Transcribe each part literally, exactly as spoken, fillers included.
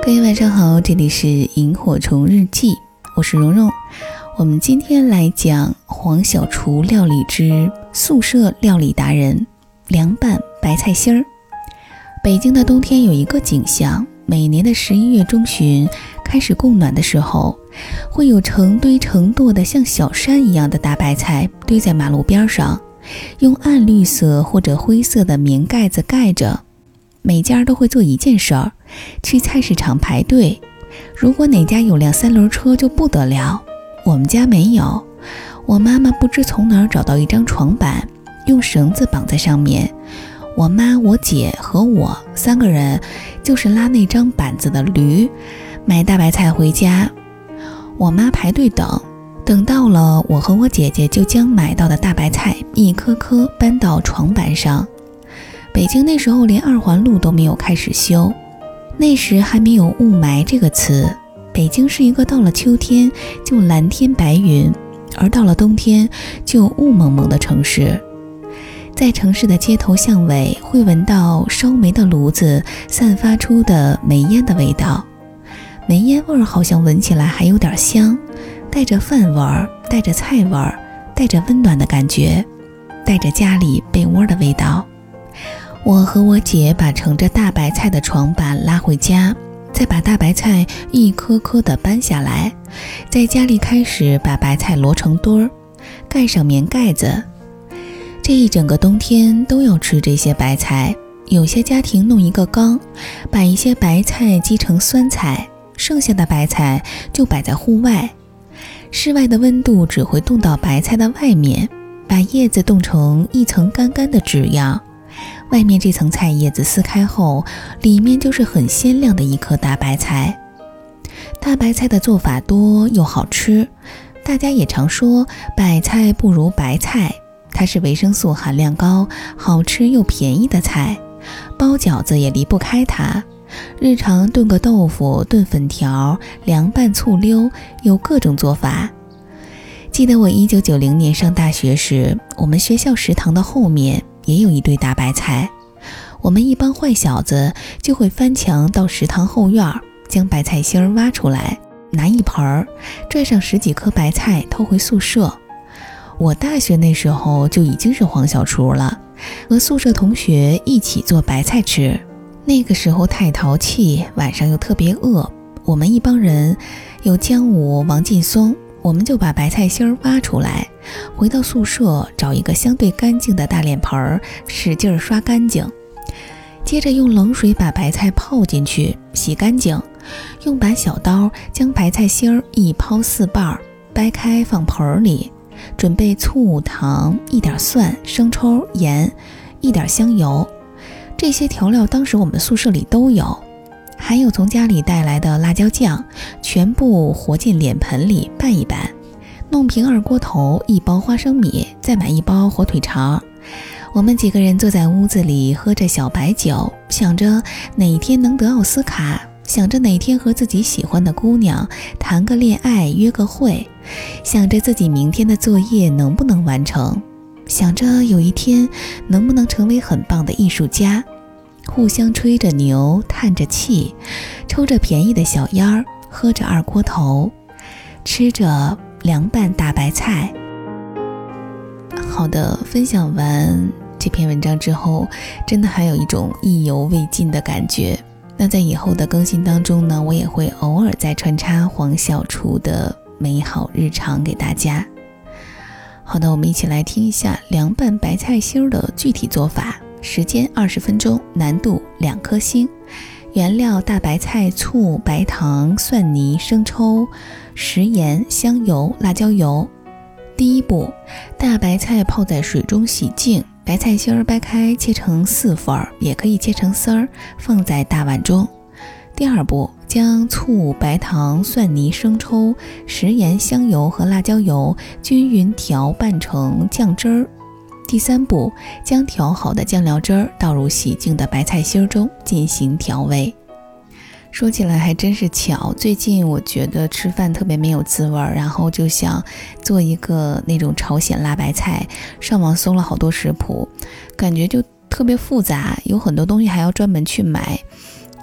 各位晚上好，这里是萤火虫日记，我是蓉蓉。我们今天来讲黄小厨料理之宿舍料理达人凉拌白菜心儿。北京的冬天有一个景象，每年的十一月中旬开始供暖的时候，会有成堆成垛的像小山一样的大白菜堆在马路边上，用暗绿色或者灰色的棉盖子盖着。每家都会做一件事儿，去菜市场排队。如果哪家有辆三轮车就不得了，我们家没有。我妈妈不知从哪儿找到一张床板，用绳子绑在上面。我妈、我姐和我三个人就是拉那张板子的驴，买大白菜回家。我妈排队等，等到了，我和我姐姐就将买到的大白菜一颗颗搬到床板上。北京那时候连二环路都没有开始修，那时还没有雾霾这个词。北京是一个到了秋天就蓝天白云，而到了冬天就雾蒙蒙的城市。在城市的街头巷尾，会闻到烧煤的炉子散发出的煤烟的味道，煤烟味儿好像闻起来还有点香，带着饭味儿，带着菜味儿，带着温暖的感觉，带着家里被窝的味道。我和我姐把盛着大白菜的床板拉回家，再把大白菜一颗颗地搬下来，在家里开始把白菜摞成堆儿，盖上棉盖子。这一整个冬天都要吃这些白菜，有些家庭弄一个缸，把一些白菜积成酸菜，剩下的白菜就摆在户外。室外的温度只会冻到白菜的外面，把叶子冻成一层干干的纸样。外面这层菜叶子撕开后，里面就是很鲜亮的一颗大白菜。大白菜的做法多又好吃，大家也常说白菜不如白菜，它是维生素含量高、好吃又便宜的菜，包饺子也离不开它。日常炖个豆腐、炖粉条、凉拌醋溜，有各种做法。记得我一九九零年上大学时，我们学校食堂的后面也有一堆大白菜，我们一帮坏小子就会翻墙到食堂后院，将白菜心儿挖出来，拿一盆儿拽上十几颗白菜偷回宿舍。我大学那时候就已经是黄小厨了，和宿舍同学一起做白菜吃。那个时候太淘气，晚上又特别饿，我们一帮人有姜武、王劲松，我们就把白菜心儿挖出来，回到宿舍找一个相对干净的大脸盆儿，使劲刷干净，接着用冷水把白菜泡进去，洗干净，用把小刀将白菜心儿一剖四瓣，掰开放盆里，准备醋、糖、一点蒜、生抽、盐、一点香油，这些调料当时我们宿舍里都有，还有从家里带来的辣椒酱，全部和进脸盆里拌一拌，弄瓶二锅头，一包花生米，再买一包火腿肠。我们几个人坐在屋子里喝着小白酒，想着哪天能得奥斯卡，想着哪天和自己喜欢的姑娘谈个恋爱，约个会，想着自己明天的作业能不能完成，想着有一天能不能成为很棒的艺术家，互相吹着牛，叹着气，抽着便宜的小烟儿，喝着二锅头，吃着凉拌大白菜。好的，分享完这篇文章之后，真的还有一种意犹未尽的感觉。那在以后的更新当中呢，我也会偶尔再穿插黄小厨的美好日常给大家。好的，我们一起来听一下凉拌白菜心的具体做法。时间二十分钟，难度两颗星。原料大白菜、醋、白糖、蒜泥、生抽、食盐、香油、辣椒油。第一步，大白菜泡在水中洗净，白菜心儿掰开切成四份，也可以切成丝儿，放在大碗中。第二步，将醋、白糖、蒜泥、生抽、食盐、香油和辣椒油均匀调拌成酱汁儿。第三步，将调好的酱料汁儿倒入洗净的白菜心中进行调味。说起来还真是巧，最近我觉得吃饭特别没有滋味，然后就想做一个那种朝鲜辣白菜，上网搜了好多食谱，感觉就特别复杂，有很多东西还要专门去买，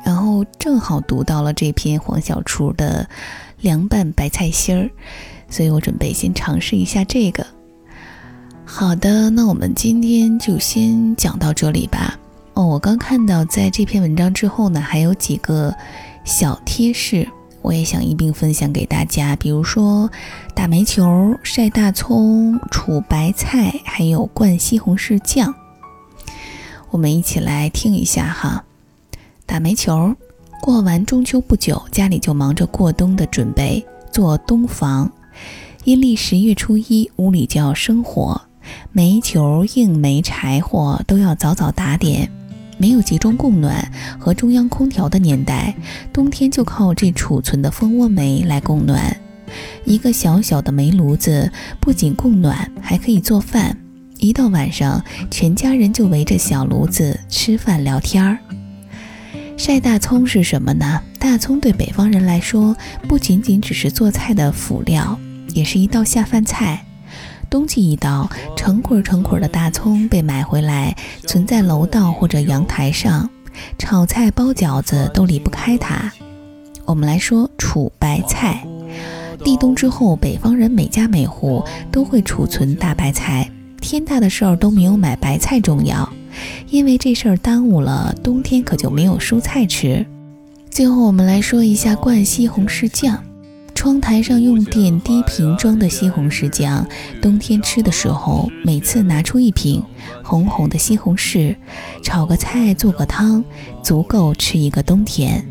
然后正好读到了这篇黄小厨的凉拌白菜心儿，所以我准备先尝试一下这个。好的，那我们今天就先讲到这里吧。哦，我刚看到在这篇文章之后呢，还有几个小贴士，我也想一并分享给大家，比如说打煤球、晒大葱、煮白菜，还有灌西红柿酱。我们一起来听一下哈。打煤球，过完中秋不久，家里就忙着过冬的准备，做冬房。阴历十月初一，屋里就要生火，煤球、硬煤、柴火都要早早打点。没有集中供暖和中央空调的年代，冬天就靠这储存的蜂窝煤来供暖。一个小小的煤炉子不仅供暖，还可以做饭。一到晚上，全家人就围着小炉子吃饭聊天儿。晒大葱是什么呢？大葱对北方人来说，不仅仅只是做菜的辅料，也是一道下饭菜。冬季一到，成捆成捆的大葱被买回来，存在楼道或者阳台上，炒菜包饺子都离不开它。我们来说储白菜。立冬之后，北方人每家每户都会储存大白菜，天大的事儿都没有买白菜重要，因为这事儿耽误了，冬天可就没有蔬菜吃。最后我们来说一下灌西红柿酱。窗台上用点滴瓶装的西红柿酱，冬天吃的时候，每次拿出一瓶红红的西红柿，炒个菜做个汤，足够吃一个冬天。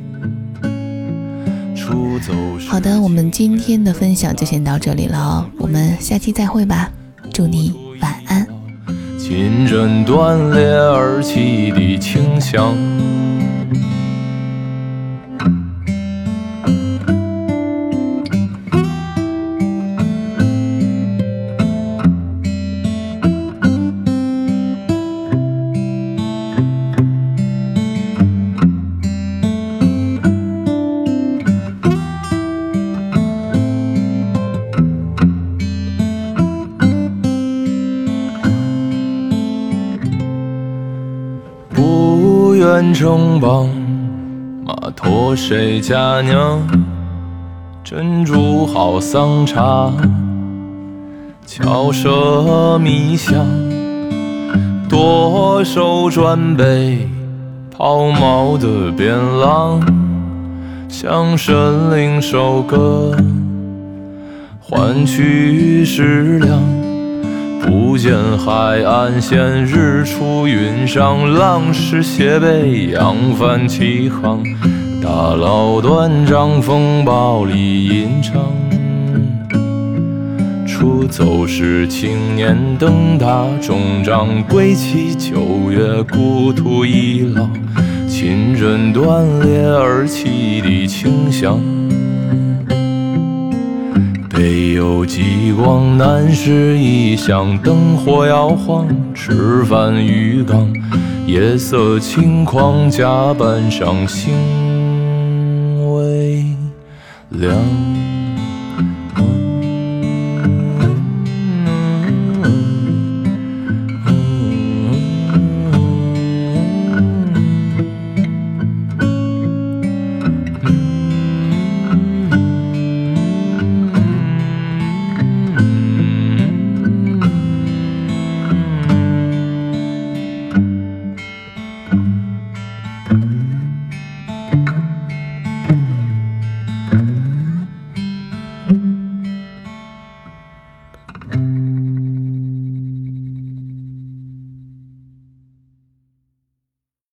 好的，我们今天的分享就先到这里了，我们下期再会吧，祝你晚安。 金针断裂而起的清香，愿城邦，马驮谁家娘？珍珠好桑茶，巧舌迷香。多手转背，抛锚的边浪，向神灵收割，换取食粮。不见海岸线，日出云上，浪矢斜背，扬帆起航。大佬断掌，风暴里吟唱。出走时，青年登大终章，归期九月，故土已老。亲人断裂而起的清香。北有极光，南是异乡，灯火摇晃，吃饭渔港，夜色轻狂，甲板上星微亮。